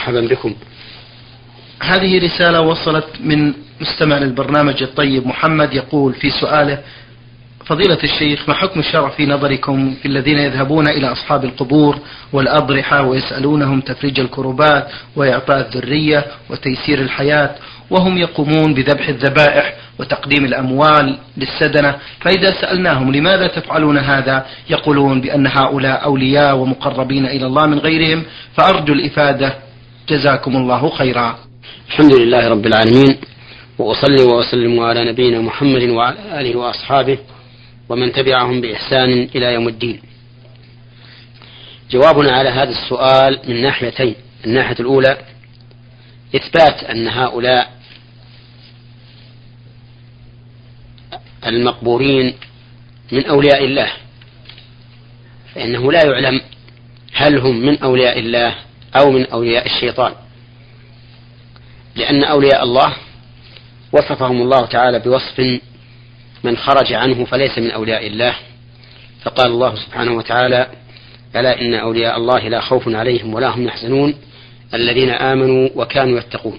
مرحبا بكم. هذه رسالة وصلت من مستمع للبرنامج الطيب محمد، يقول في سؤاله: فضيلة الشيخ، ما حكم الشرع في نظركم في الذين يذهبون إلى أصحاب القبور والأضرحة ويسألونهم تفريج الكربات وإعطاء الذرية وتيسير الحياة، وهم يقومون بذبح الذبائح وتقديم الأموال للسدنة، فإذا سألناهم لماذا تفعلون هذا يقولون بأن هؤلاء أولياء ومقربين إلى الله من غيرهم، فأرجو الإفادة جزاكم الله خيرا. الحمد لله رب العالمين، وأصلي وأسلم على نبينا محمد وعلى آله وأصحابه ومن تبعهم بإحسان إلى يوم الدين. جوابنا على هذا السؤال من ناحيتين: الناحية الأولى إثبات أن هؤلاء المقبورين من أولياء الله، فإنه لا يعلم هل هم من أولياء الله أو من أولياء الشيطان، لأن أولياء الله وصفهم الله تعالى بوصف من خرج عنه فليس من أولياء الله، فقال الله سبحانه وتعالى: ألا إن أولياء الله لا خوف عليهم ولا هم يحزنون الذين آمنوا وكانوا يتقون.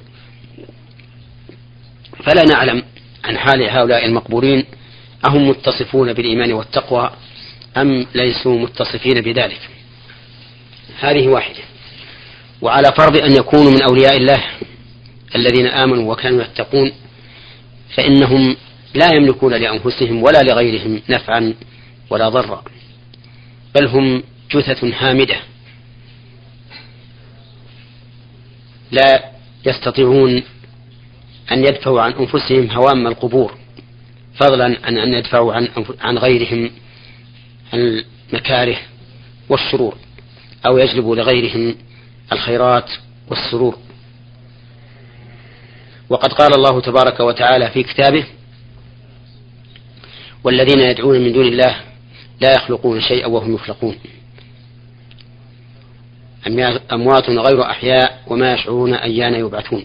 فلا نعلم عن حال هؤلاء المقبورين أهم متصفون بالإيمان والتقوى أم ليسوا متصفين بذلك. هذه واحدة. وعلى فرض أن يكونوا من أولياء الله الذين آمنوا وكانوا يتقون، فإنهم لا يملكون لأنفسهم ولا لغيرهم نفعا ولا ضرا، بل هم جثث هامدة لا يستطيعون أن يدفعوا عن أنفسهم هوام القبور، فضلا عن أن يدفعوا عن غيرهم المكاره والشرور، أو يجلبوا لغيرهم الخيرات والسرور. وقد قال الله تبارك وتعالى في كتابه: والذين يدعون من دون الله لا يخلقون شيئا وهم يخلقون، أموات غير أحياء وما يشعرون أيان يبعثون.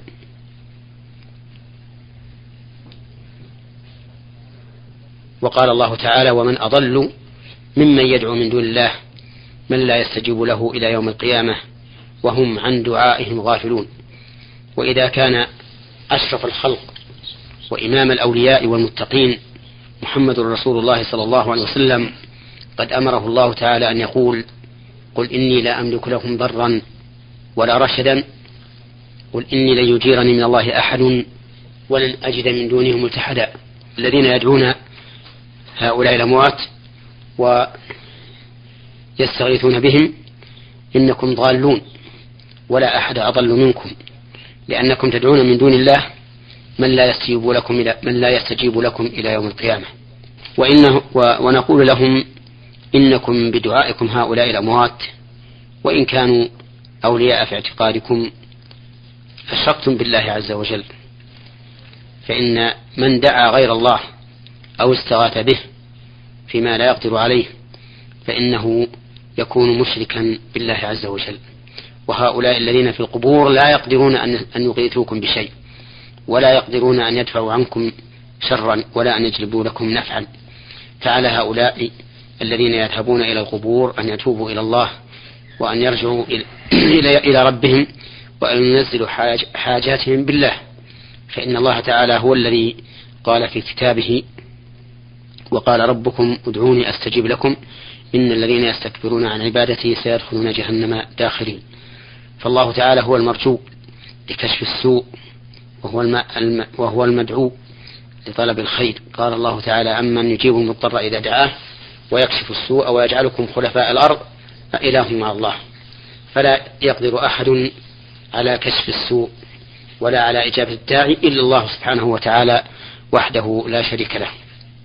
وقال الله تعالى: ومن أضل ممن يدعو من دون الله من لا يستجيب له إلى يوم القيامة وهم عن دعائهم غافلون. وإذا كان أشرف الخلق وإمام الأولياء والمتقين محمد رسول الله صلى الله عليه وسلم قد أمره الله تعالى أن يقول: قل إني لا أملك لكم ضرا ولا رشدا، قل إني لن يجيرني من الله أحد ولن أجد من دونه ملتحدا. الذين يدعون هؤلاء الأموات ويستغيثون بهم إنكم ضالون ولا أحد أضل منكم، لأنكم تدعون من دون الله من لا يستجيب لكم إلى يوم القيامة. ونقول لهم: إنكم بدعائكم هؤلاء الأموات وإن كانوا أولياء في اعتقادكم أشركتم بالله عز وجل، فإن من دعا غير الله أو استغاث به فيما لا يقدر عليه فإنه يكون مشركا بالله عز وجل. وهؤلاء الذين في القبور لا يقدرون أن يغيثوكم بشيء، ولا يقدرون أن يدفعوا عنكم شرا ولا أن يجلبوا لكم نفعا. فعلى هؤلاء الذين يذهبون إلى القبور أن يتوبوا إلى الله وأن يرجعوا إلى ربهم وأن ينزلوا حاجاتهم بالله، فإن الله تعالى هو الذي قال في كتابه: وقال ربكم ادعوني أستجيب لكم إن الذين يستكبرون عن عبادتي سيدخلون جهنم داخرين. فالله تعالى هو المرجو لكشف السوء وهو المدعو لطلب الخير. قال الله تعالى: أمن يجيب المضطر إذا دعاه ويكشف السوء ويجعلكم خلفاء الأرض أإله مع الله. فلا يقدر أحد على كشف السوء ولا على إجابة الداعي إلا الله سبحانه وتعالى وحده لا شريك له.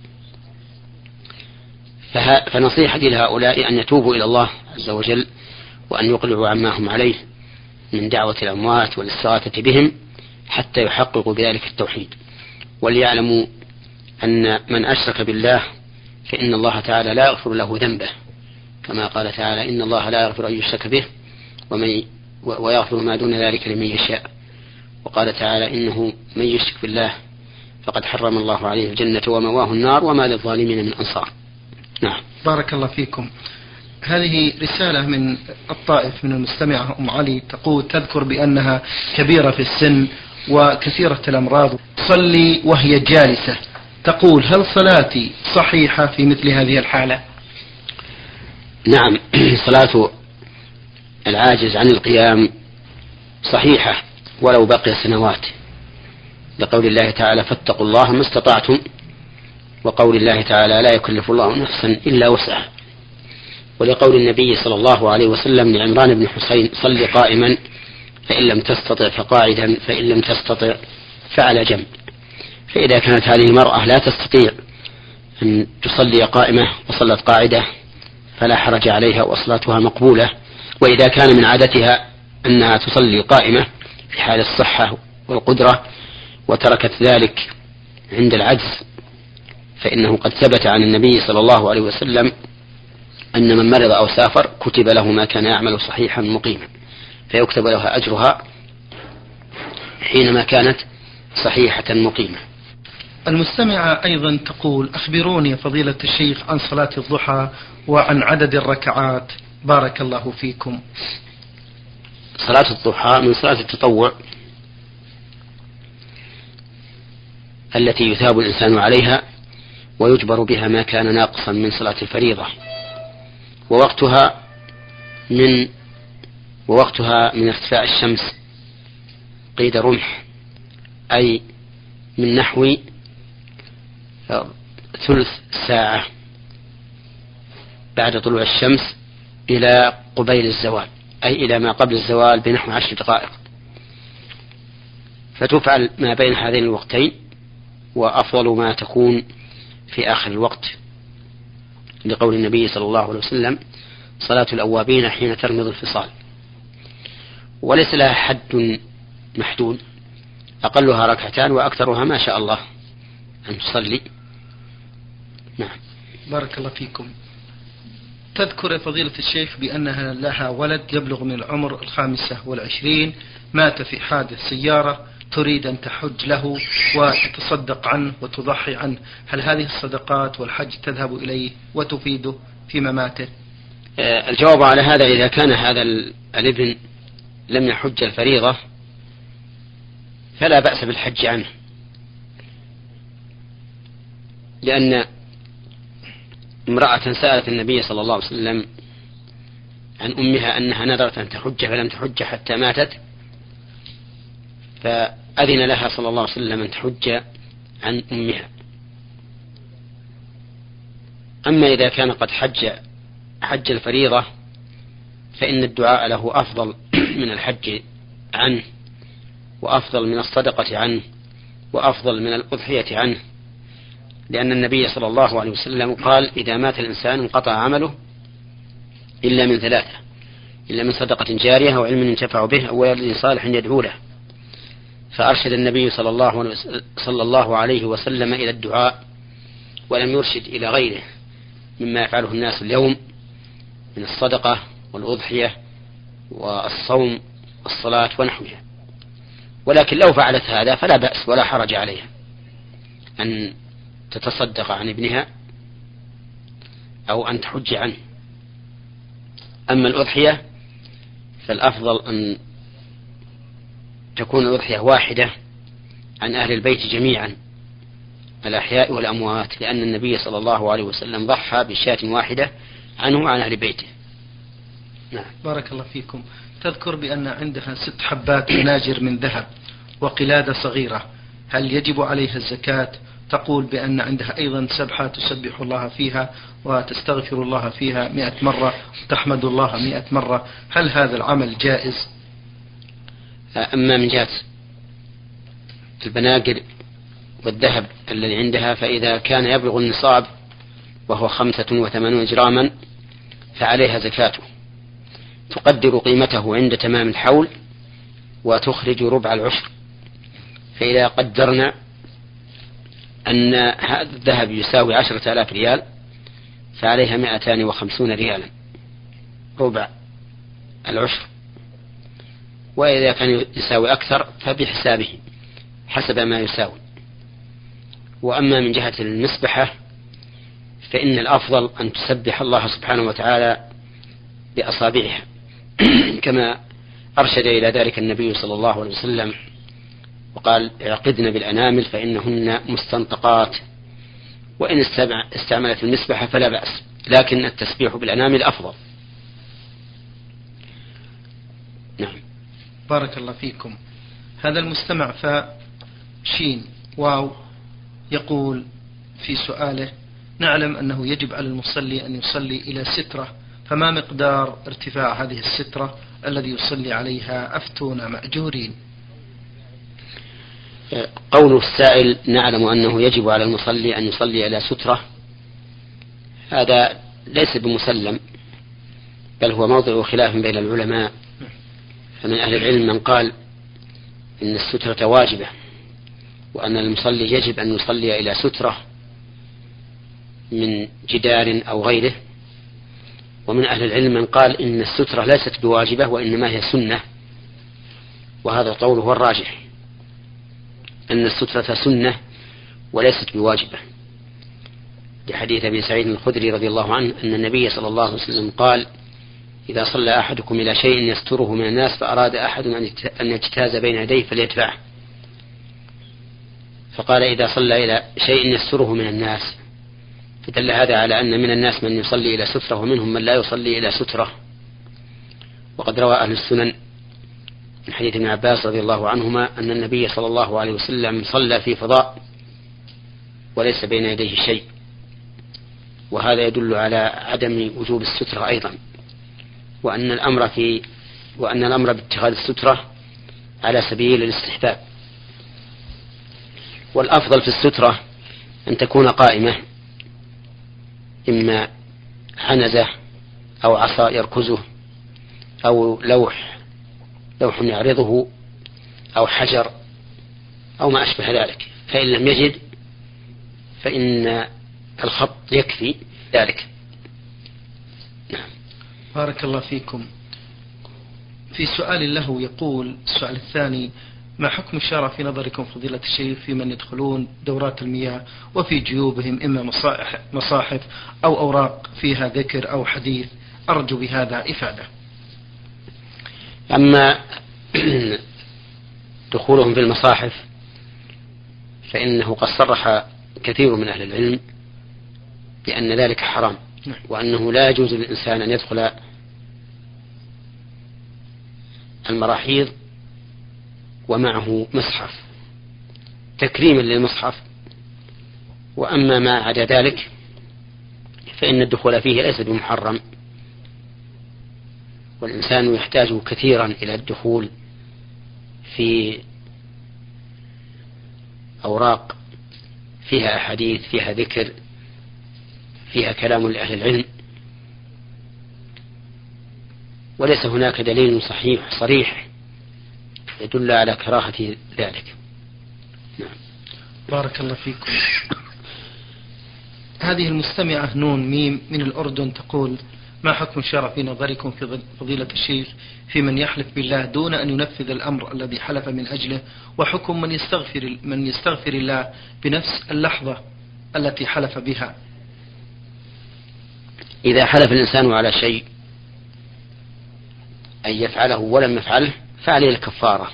فنصيحتي لهؤلاء أن يتوبوا إلى الله عز وجل وأن يقلعوا عما هم عليه من دعوة الأموات والاستغاثة بهم حتى يحققوا بذلك التوحيد، وليعلموا أن من أشرك بالله فإن الله تعالى لا يغفر له ذنبه، كما قال تعالى: إن الله لا يغفر أن يشرك به ويغفر ما دون ذلك لمن يشاء. وقال تعالى: إنه من يشرك بالله فقد حرم الله عليه الجنة ومواه النار وما للظالمين من أنصار. نعم. بارك الله فيكم. هذه رسالة من الطائف من المستمعة أم علي، تقول تذكر بأنها كبيرة في السن وكثيرة الأمراض، تصلي وهي جالسة، تقول هل صلاتي صحيحة في مثل هذه الحالة؟ نعم، صلاة العاجز عن القيام صحيحة ولو بقي سنوات، لقول الله تعالى فاتقوا الله ما استطعتم، وقول الله تعالى لا يكلف الله نفسا إلا وسعها، ولقول النبي صلى الله عليه وسلم لعمران بن حسين صل قائما فإن لم تستطع فقاعدا فإن لم تستطع فعلى جنب. فإذا كانت هذه المرأة لا تستطيع أن تصلي قائمة وصلت قاعدة فلا حرج عليها وصلاتها مقبولة، وإذا كان من عادتها أنها تصلي قائمة في حال الصحة والقدرة وتركت ذلك عند العجز فإنه قد ثبت عن النبي صلى الله عليه وسلم أن من مرض أو سافر كتب له ما كان يعمل صحيحا مقيما، فيكتب لها أجرها حينما كانت صحيحة مقيمة. المستمعة أيضا تقول أخبروني فضيلة الشيخ عن صلاة الضحى وعن عدد الركعات بارك الله فيكم. صلاة الضحى من صلاة التطوع التي يثاب الإنسان عليها ويجبر بها ما كان ناقصا من صلاة الفريضة، ووقتها من ارتفاع الشمس قيد رمح، أي من نحو ثلث ساعة بعد طلوع الشمس إلى قبيل الزوال، أي إلى ما قبل الزوال بنحو 10 دقائق، فتفعل ما بين هذين الوقتين، وأفضل ما تكون في آخر الوقت، لقول النبي صلى الله عليه وسلم صلاة الأوابين حين ترمض الفصال، وليس لها حد محدود، أقلها ركعتان وأكثرها ما شاء الله أن تصلي. نعم بارك الله فيكم. تذكر فضيلة الشيخ بأنها لها ولد يبلغ من العمر 25 مات في حادث سيارة، تريد أن تحج له وتتصدق عنه وتضحي عنه، هل هذه الصدقات والحج تذهب إليه وتفيده في مماته؟ الجواب على هذا إذا كان هذا الابن لم يحج الفريضة فلا بأس بالحج عنه، لأن امرأة سألت النبي صلى الله عليه وسلم عن أمها أنها نذرت أن تحج فلم تحج حتى ماتت، فأذن لها صلى الله عليه وسلم أن تحج عن أمها. أما إذا كان قد حج الفريضة فإن الدعاء له أفضل من الحج عنه، وأفضل من الصدقة عنه، وأفضل من الأضحية عنه، لأن النبي صلى الله عليه وسلم قال إذا مات الإنسان انقطع عمله إلا من 3، إلا من صدقة جارية أو علم ينتفع به أو ولد صالح يدعو له، فأرشد النبي صلى الله عليه وسلم إلى الدعاء، ولم يرشد إلى غيره مما يفعله الناس اليوم من الصدقة والأضحية والصوم والصلاة ونحوها. ولكن لو فعلت هذا فلا بأس ولا حرج عليها أن تتصدق عن ابنها أو أن تحج عنه. أما الأضحية فالأفضل أن تكون الأضحية واحدة عن أهل البيت جميعا الأحياء والأموات، لأن النبي صلى الله عليه وسلم ضحى بشاة واحدة عنه وعن أهل بيته. نعم. بارك الله فيكم. تذكر بأن عندها 6 حبات مناجر من ذهب وقلادة صغيرة، هل يجب عليها الزكاة؟ تقول بأن عندها أيضا سبحة تسبح الله فيها وتستغفر الله فيها 100 مرة وتحمد الله 100 مرة، هل هذا العمل جائز؟ أما من جهة البناجر والذهب الذي عندها فإذا كان يبلغ النصاب وهو 85 جراما فعليها زكاته، تقدر قيمته عند تمام الحول وتخرج ربع العشر. فإذا قدرنا أن هذا الذهب يساوي 10,000 ريال فعليها 250 ريالا ربع العشر، وإذا كان يساوي أكثر فبحسابه حسب ما يساوي. وأما من جهة المسبحة فإن الأفضل أن تسبح الله سبحانه وتعالى بأصابعها كما أرشد إلى ذلك النبي صلى الله عليه وسلم وقال اعقدن بالأنامل فإنهن مستنطقات، وإن استعملت المسبحة فلا بأس، لكن التسبيح بالأنامل أفضل. نعم. بارك الله فيكم. هذا المستمع شين واو يقول في سؤاله: نعلم أنه يجب على المصلي أن يصلي إلى سترة، فما مقدار ارتفاع هذه السترة الذي يصلي عليها؟ أفتونا مأجورين. قول السائل نعلم أنه يجب على المصلي أن يصلي إلى سترة، هذا ليس بمسلم، بل هو موضع خلاف بين العلماء. فمن أهل العلم من قال إن السترة واجبة وأن المصلي يجب أن يصلي إلى سترة من جدار أو غيره، ومن أهل العلم من قال إن السترة ليست بواجبة وإنما هي سنة، وهذا القول هو الراجح، أن السترة سنة وليست بواجبة، لحديث أبي سعيد الخدري رضي الله عنه أن النبي صلى الله عليه وسلم قال: إذا صلى أحدكم إلى شيء يستره من الناس فأراد أحد أن يجتاز بين يديه فليدفعه. فقال إذا صلى إلى شيء يستره من الناس، فدل هذا على أن من الناس من يصلي إلى سترة ومنهم من لا يصلي إلى سترة. وقد روى أهل السنن من حديث ابن عباس رضي الله عنهما أن النبي صلى الله عليه وسلم صلى في فضاء وليس بين يديه شيء، وهذا يدل على عدم وجوب السترة أيضا، وأن الأمر باتخاذ السترة على سبيل الاستحباب. والأفضل في السترة أن تكون قائمة، إما عنزة أو عصا يركزه أو لوح يعرضه أو حجر أو ما أشبه ذلك، فإن لم يجد فإن الخط يكفي ذلك. نعم. بارك الله فيكم. في سؤال له يقول السؤال الثاني: ما حكم الشرع في نظركم فضيلة الشيخ في من يدخلون دورات المياه وفي جيوبهم إما مصاحف أو أوراق فيها ذكر أو حديث؟ أرجو بهذا إفادة. أما دخولهم في المصاحف فإنه قد صرح كثير من أهل العلم بأن ذلك حرام، وأنه لا يجوز للإنسان أن يدخل المراحيض ومعه مصحف تكريما للمصحف. وأما ما عدا ذلك فإن الدخول فيه ليس بمحرم، والإنسان يحتاج كثيرا إلى الدخول في أوراق فيها أحاديث فيها ذكر فيها كلام لأهل العلم، وليس هناك دليل صريح يدل على كراهة ذلك. نعم. بارك الله فيكم. هذه المستمعة نون ميم من الأردن تقول: ما حكم الشرع في نظركم في فضيلة الشيخ في من يحلف بالله دون أن ينفذ الأمر الذي حلف من أجله، وحكم من يستغفر الله بنفس اللحظة التي حلف بها؟ إذا حلف الإنسان على شيء أن يفعله ولم يفعله فعليه الكفارة،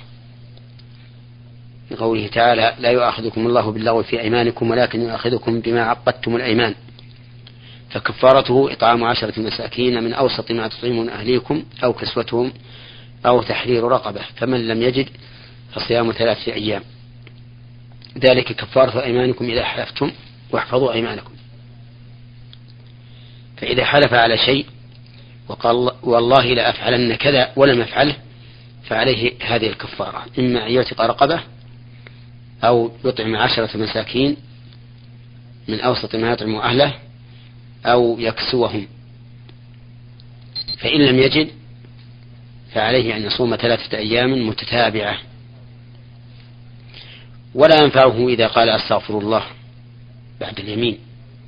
لقوله تعالى: لا يؤاخذكم الله باللغو في أيمانكم ولكن يؤاخذكم بما عقدتم الأيمان، فكفارته إطعام 10 مساكين من أوسط ما تطعمون أهليكم أو كسوتهم أو تحرير رقبة، فمن لم يجد فصيام 3 أيام، ذلك كفارة أيمانكم إذا حلفتم واحفظوا أيمانكم. فإذا حلف على شيء وقال والله لا أفعلن كذا ولم يفعله فعليه هذه الكفارة، إما أن يعتق رقبة أو يطعم 10 مساكين من أوسط ما يطعم أهله أو يكسوهم، فإن لم يجد فعليه أن يصوم 3 أيام متتابعة. ولا ينفعه إذا قال أستغفر الله بعد اليمين،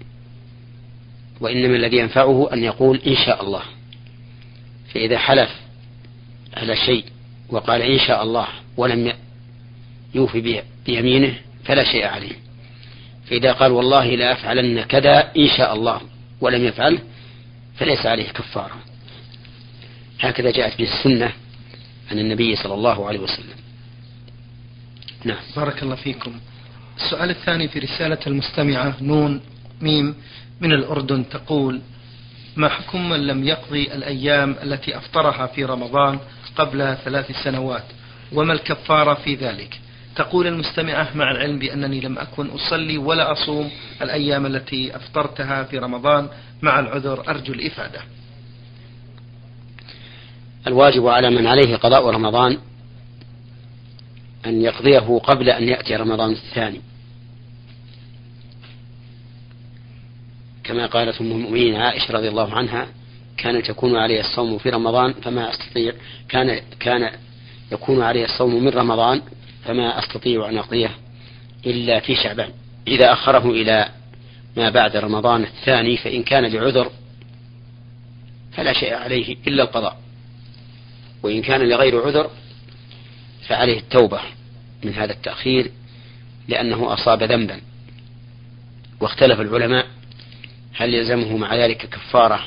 وإنما الذي ينفعه أن يقول إن شاء الله. فإذا حلف على شيء وقال إن شاء الله ولم يوفي بيمينه فلا شيء عليه. فإذا قال والله لا أفعلن كذا إن شاء الله ولم يفعل فليس عليه كفارة. هكذا جاءت به السنة عن النبي صلى الله عليه وسلم. نعم. بارك الله فيكم. السؤال الثاني في رسالة المستمعة نون ميم من الأردن تقول: ما حكم من لم يقضي الأيام التي أفطرها في رمضان قبل 3 سنوات، وما الكفارة في ذلك؟ تقول المستمعة: مع العلم بأنني لم أكن أصلي ولا أصوم الأيام التي أفطرتها في رمضان مع العذر، أرجو الإفادة. الواجب على من عليه قضاء رمضان أن يقضيه قبل أن يأتي رمضان الثاني، كما قالت أم المؤمنين عائشة رضي الله عنها: كان تكون عليه الصوم في رمضان فما أستطيع كان يكون عليه الصوم من رمضان فما أستطيع أن أقضيه إلا في شعبان. إذا أخره إلى ما بعد رمضان الثاني فإن كان لعذر فلا شيء عليه إلا القضاء، وإن كان لغير عذر فعليه التوبة من هذا التأخير لأنه أصاب ذنبا. واختلف العلماء هل يلزمه مع ذلك كفارة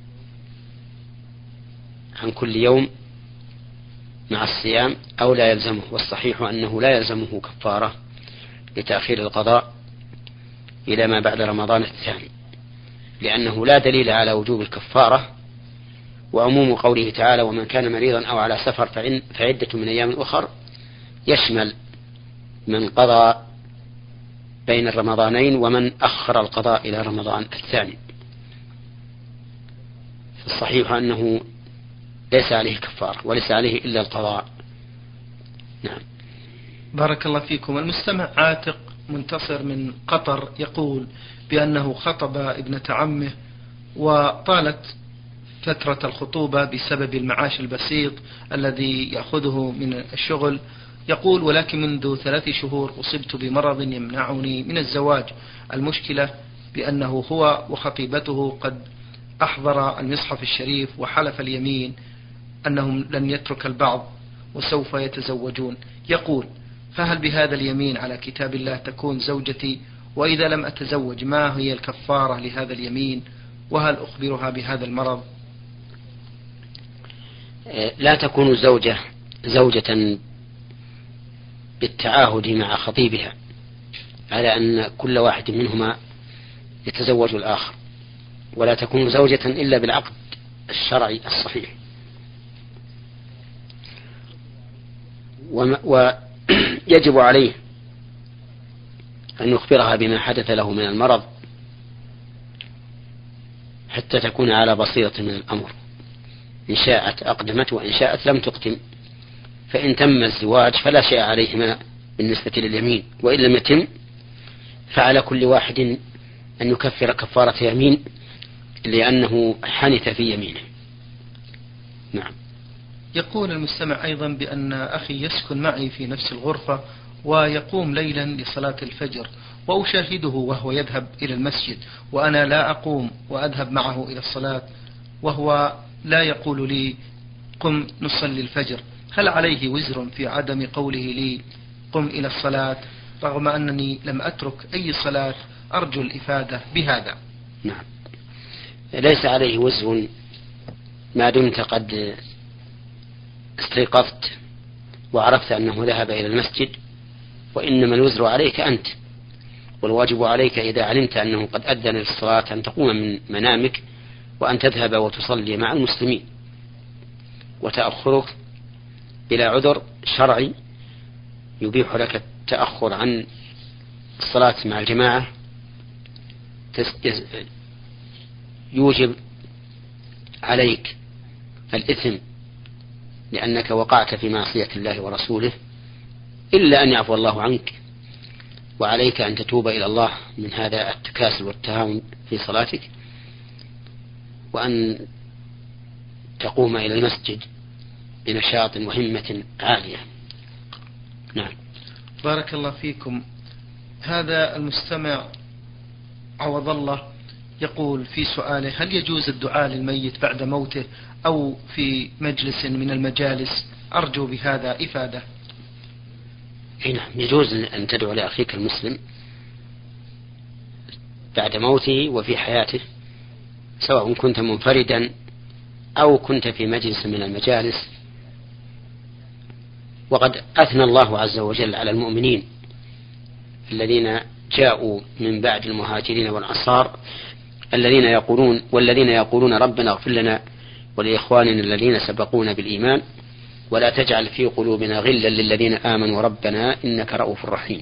عن كل يوم مع الصيام أو لا يلزمه، والصحيح أنه لا يلزمه كفارة لتأخير القضاء إلى ما بعد رمضان الثاني، لأنه لا دليل على وجوب الكفارة. وعموم قوله تعالى: ومن كان مريضا أو على سفر فعدة من أيام أخر يشمل من قضى بين الرمضانين ومن أخر القضاء إلى رمضان الثاني. الصحيح أنه ليس عليه كفارة وليس عليه إلا القضاء. نعم. بارك الله فيكم. المستمع عاتق منتصر من قطر يقول بأنه خطب ابنة عمه وطالت فترة الخطوبة بسبب المعاش البسيط الذي يأخذه من الشغل. يقول: ولكن منذ 3 شهور أصبت بمرض يمنعني من الزواج. المشكلة بأنه هو وخطيبته قد أحضر المصحف الشريف وحلف اليمين أنهم لن يترك البعض وسوف يتزوجون. يقول: فهل بهذا اليمين على كتاب الله تكون زوجتي؟ وإذا لم أتزوج ما هي الكفارة لهذا اليمين؟ وهل أخبرها بهذا المرض؟ لا تكون الزوجة زوجة بالتعاهد مع خطيبها على أن كل واحد منهما يتزوج الآخر، ولا تكون زوجة إلا بالعقد الشرعي الصحيح. ويجب عليه أن يخبرها بما حدث له من المرض حتى تكون على بصيرة من الأمر، إن شاءت أقدمت وإن شاءت لم تقدم. فإن تم الزواج فلا شيء عليهما بالنسبة لليمين، وإن لم يتم فعلى كل واحد أن يكفر كفارة يمين لأنه حنث في يمينه. نعم. يقول المستمع أيضا بأن أخي يسكن معي في نفس الغرفة ويقوم ليلا لصلاة الفجر، وأشاهده وهو يذهب إلى المسجد وأنا لا أقوم وأذهب معه إلى الصلاة، وهو لا يقول لي قم نصلي الفجر. هل عليه وزر في عدم قوله لي قم إلى الصلاة رغم أنني لم أترك أي صلاة؟ أرجو الإفادة بهذا. نعم، ليس عليه وزر ما دمت قد استيقظت وعرفت أنه ذهب إلى المسجد، وإنما الوزر عليك أنت، والواجب عليك إذا علمت أنه قد أذن للصلاة أن تقوم من منامك وأن تذهب وتصلي مع المسلمين. وتأخرك بلا عذر شرعي يبيح لك التأخر عن الصلاة مع الجماعة يوجب عليك الإثم لأنك وقعت في معصية الله ورسوله، إلا أن يعفو الله عنك، وعليك أن تتوب إلى الله من هذا التكاسل والتهاون في صلاتك، وأن تقوم إلى المسجد بنشاط وهمة عالية. نعم. بارك الله فيكم. هذا المستمع عوض الله يقول في سؤاله: هل يجوز الدعاء للميت بعد موته أو في مجلس من المجالس؟ أرجو بهذا إفادة. نعم، يجوز أن تدعو لأخيك المسلم بعد موته وفي حياته، سواء كنت منفردا أو كنت في مجلس من المجالس وقد أثنى الله عز وجل على المؤمنين الذين جاءوا من بعد المهاجرين والأنصار والذين يقولون ربنا اغفر لنا ولإخواننا الذين سبقونا بالإيمان ولا تجعل في قلوبنا غلا للذين آمنوا ربنا إنك رؤوف رحيم.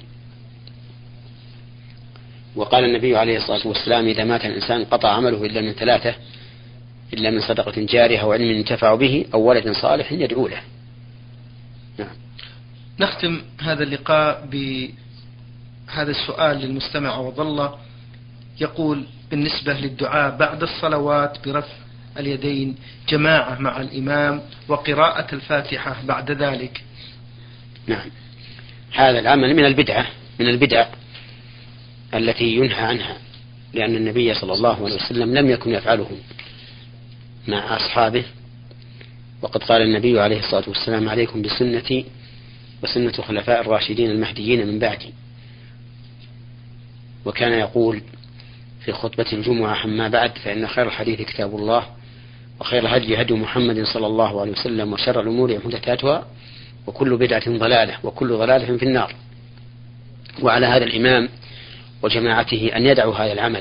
وقال النبي عليه الصلاة والسلام إذا مات الإنسان قطع عمله إلا من ثلاثة: إلا من صدقة جارية أو علم ينتفع به أو ولد صالح يدعو له. نعم. نختم هذا اللقاء بهذا السؤال للمستمع وظل يقول: بالنسبة للدعاء بعد الصلوات برفع اليدين جماعة مع الإمام وقراءة الفاتحة بعد ذلك. نعم، هذا العمل من البدع التي ينهى عنها، لأن النبي صلى الله عليه وسلم لم يكن يفعله مع أصحابه، وقد قال النبي عليه الصلاة والسلام: عليكم بسنتي وسنة خلفاء الراشدين المهديين من بعدي. وكان يقول في خطبة الجمعة: أما بعد فإن خير الحديث كتاب الله وخير الهدي هدي محمد صلى الله عليه وسلم وشر الأمور محدثاتها وكل بدعة ضلالة وكل ضلالة في النار. وعلى هذا الإمام وجماعته أن يدعوا هذا العمل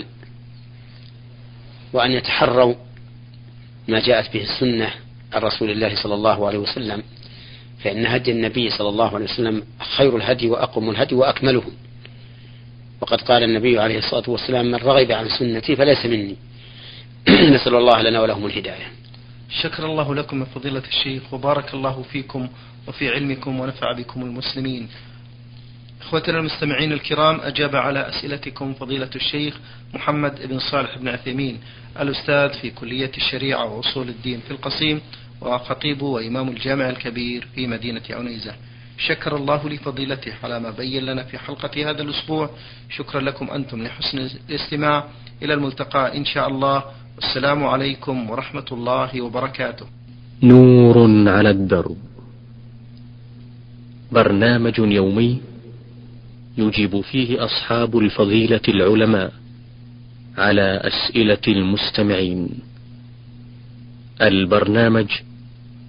وأن يتحروا ما جاءت به السنة عن رسول الله صلى الله عليه وسلم، فإن هدي النبي صلى الله عليه وسلم خير الهدي وأقوم الهدي وأكمله. وقد قال النبي عليه الصلاة والسلام: من رغب عن سنتي فليس مني. نسأل الله لنا ولهم الهداية. شكر الله لكم يا فضيلة الشيخ وبارك الله فيكم وفي علمكم ونفع بكم المسلمين. إخوتنا المستمعين الكرام، أجاب على أسئلتكم فضيلة الشيخ محمد بن صالح بن عثيمين، الأستاذ في كلية الشريعة وأصول الدين في القصيم وخطيب وإمام الجامع الكبير في مدينة عنيزة. شكر الله لفضيلته على ما بين لنا في حلقة هذا الأسبوع. شكرا لكم أنتم لحسن الاستماع. إلى الملتقى إن شاء الله، والسلام عليكم ورحمة الله وبركاته. نور على الدرب، برنامج يومي يجيب فيه أصحاب الفضيلة العلماء على أسئلة المستمعين. البرنامج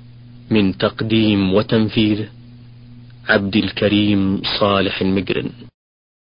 من تقديم وتنفيذ عبد الكريم صالح المقرن.